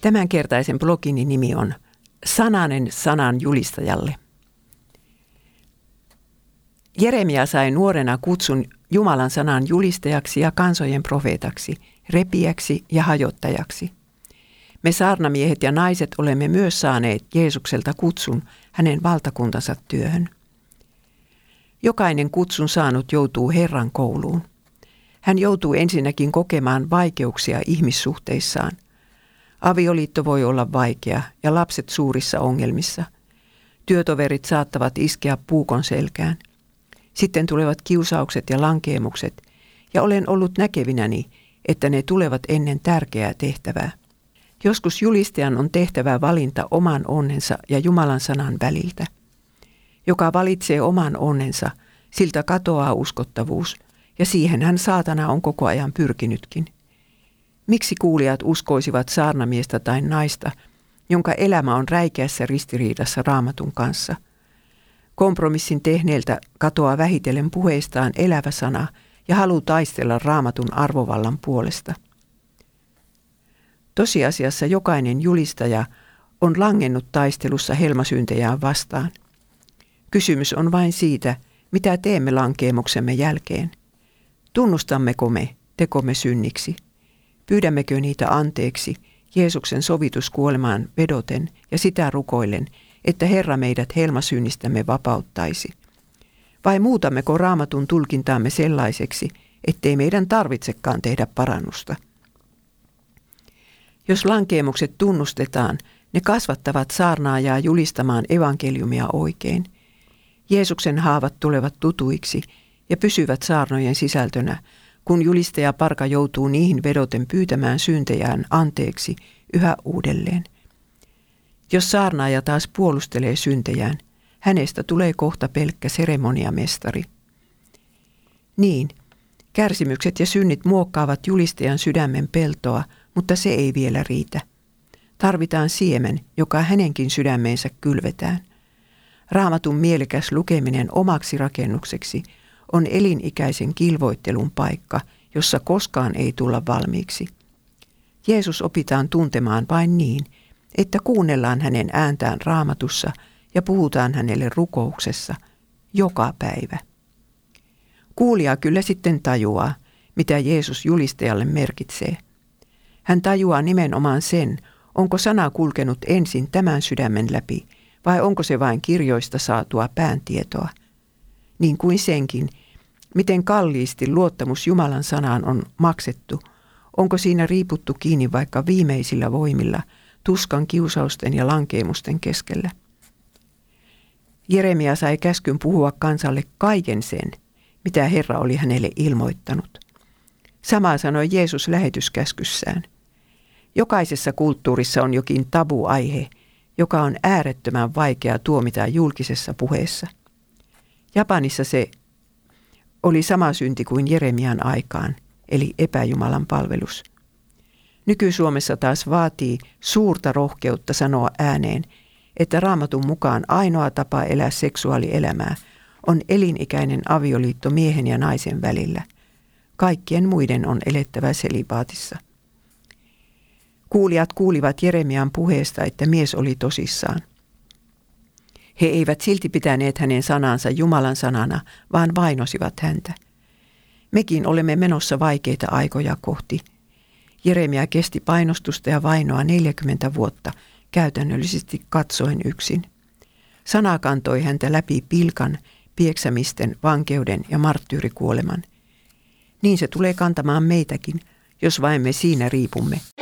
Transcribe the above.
Tämänkertaisen blogini nimi on Sananen sanan julistajalle. Jeremia sai nuorena kutsun Jumalan sanan julistajaksi ja kansojen profeetaksi, repijäksi ja hajottajaksi. Me saarnamiehet ja naiset olemme myös saaneet Jeesukselta kutsun hänen valtakuntansa työhön. Jokainen kutsun saanut joutuu Herran kouluun. Hän joutuu ensinnäkin kokemaan vaikeuksia ihmissuhteissaan. Avioliitto voi olla vaikea ja lapset suurissa ongelmissa. Työtoverit saattavat iskeä puukon selkään. Sitten tulevat kiusaukset ja lankeemukset, ja olen ollut näkevinäni, että ne tulevat ennen tärkeää tehtävää. Joskus julistajan on tehtävä valinta oman onnensa ja Jumalan sanan väliltä. Joka valitsee oman onnensa, siltä katoaa uskottavuus, ja siihen hän saatana on koko ajan pyrkinytkin. Miksi kuulijat uskoisivat saarnamiestä tai naista, jonka elämä on räikeässä ristiriidassa Raamatun kanssa? Kompromissin tehneeltä katoaa vähitellen puheistaan elävä sana ja halu taistella Raamatun arvovallan puolesta. Tosiasiassa jokainen julistaja on langennut taistelussa helmasyntejään vastaan. Kysymys on vain siitä, mitä teemme lankeemuksemme jälkeen. Tunnustammeko me tekomme synniksi? Pyydämmekö niitä anteeksi Jeesuksen sovituskuolemaan vedoten ja sitä rukoillen, että Herra meidät helmasynnistämme vapauttaisi? Vai muutammeko Raamatun tulkintaamme sellaiseksi, ettei meidän tarvitsekaan tehdä parannusta? Jos lankeemukset tunnustetaan, ne kasvattavat saarnaajaa julistamaan evankeliumia oikein. Jeesuksen haavat tulevat tutuiksi ja pysyvät saarnojen sisältönä, kun julistaja parka joutuu niihin vedoten pyytämään syntejään anteeksi yhä uudelleen. Jos saarnaaja taas puolustelee syntejään, hänestä tulee kohta pelkkä seremoniamestari. Niin, kärsimykset ja synnit muokkaavat julistajan sydämen peltoa, mutta se ei vielä riitä. Tarvitaan siemen, joka hänenkin sydämeensä kylvetään. Raamatun mielekäs lukeminen omaksi rakennukseksi on elinikäisen kilvoittelun paikka, jossa koskaan ei tulla valmiiksi. Jeesus opitaan tuntemaan vain niin, että kuunnellaan hänen ääntään Raamatussa ja puhutaan hänelle rukouksessa joka päivä. Kuulija kyllä sitten tajuaa, mitä Jeesus julistajalle merkitsee. Hän tajuaa nimenomaan sen, onko sana kulkenut ensin tämän sydämen läpi vai onko se vain kirjoista saatua pääntietoa. Niin kuin senkin, miten kalliisti luottamus Jumalan sanaan on maksettu, onko siinä riiputtu kiinni vaikka viimeisillä voimilla, tuskan, kiusausten ja lankeemusten keskellä. Jeremia sai käskyn puhua kansalle kaiken sen, mitä Herra oli hänelle ilmoittanut. Samaa sanoi Jeesus lähetyskäskyssään. Jokaisessa kulttuurissa on jokin tabuaihe, joka on äärettömän vaikea tuomita julkisessa puheessa. Japanissa se oli sama synti kuin Jeremian aikaan, eli epäjumalan palvelus. Nyky-Suomessa taas vaatii suurta rohkeutta sanoa ääneen, että Raamatun mukaan ainoa tapa elää seksuaalielämää on elinikäinen avioliitto miehen ja naisen välillä. Kaikkien muiden on elettävä selibaatissa. Kuulijat kuulivat Jeremian puheesta, että mies oli tosissaan. He eivät silti pitäneet hänen sanansa Jumalan sanana, vaan vainosivat häntä. Mekin olemme menossa vaikeita aikoja kohti. Jeremia kesti painostusta ja vainoa 40 vuotta, käytännöllisesti katsoen yksin. Sana kantoi häntä läpi pilkan, pieksämisten, vankeuden ja marttyyrikuoleman. Niin se tulee kantamaan meitäkin, jos vain me siinä riipumme.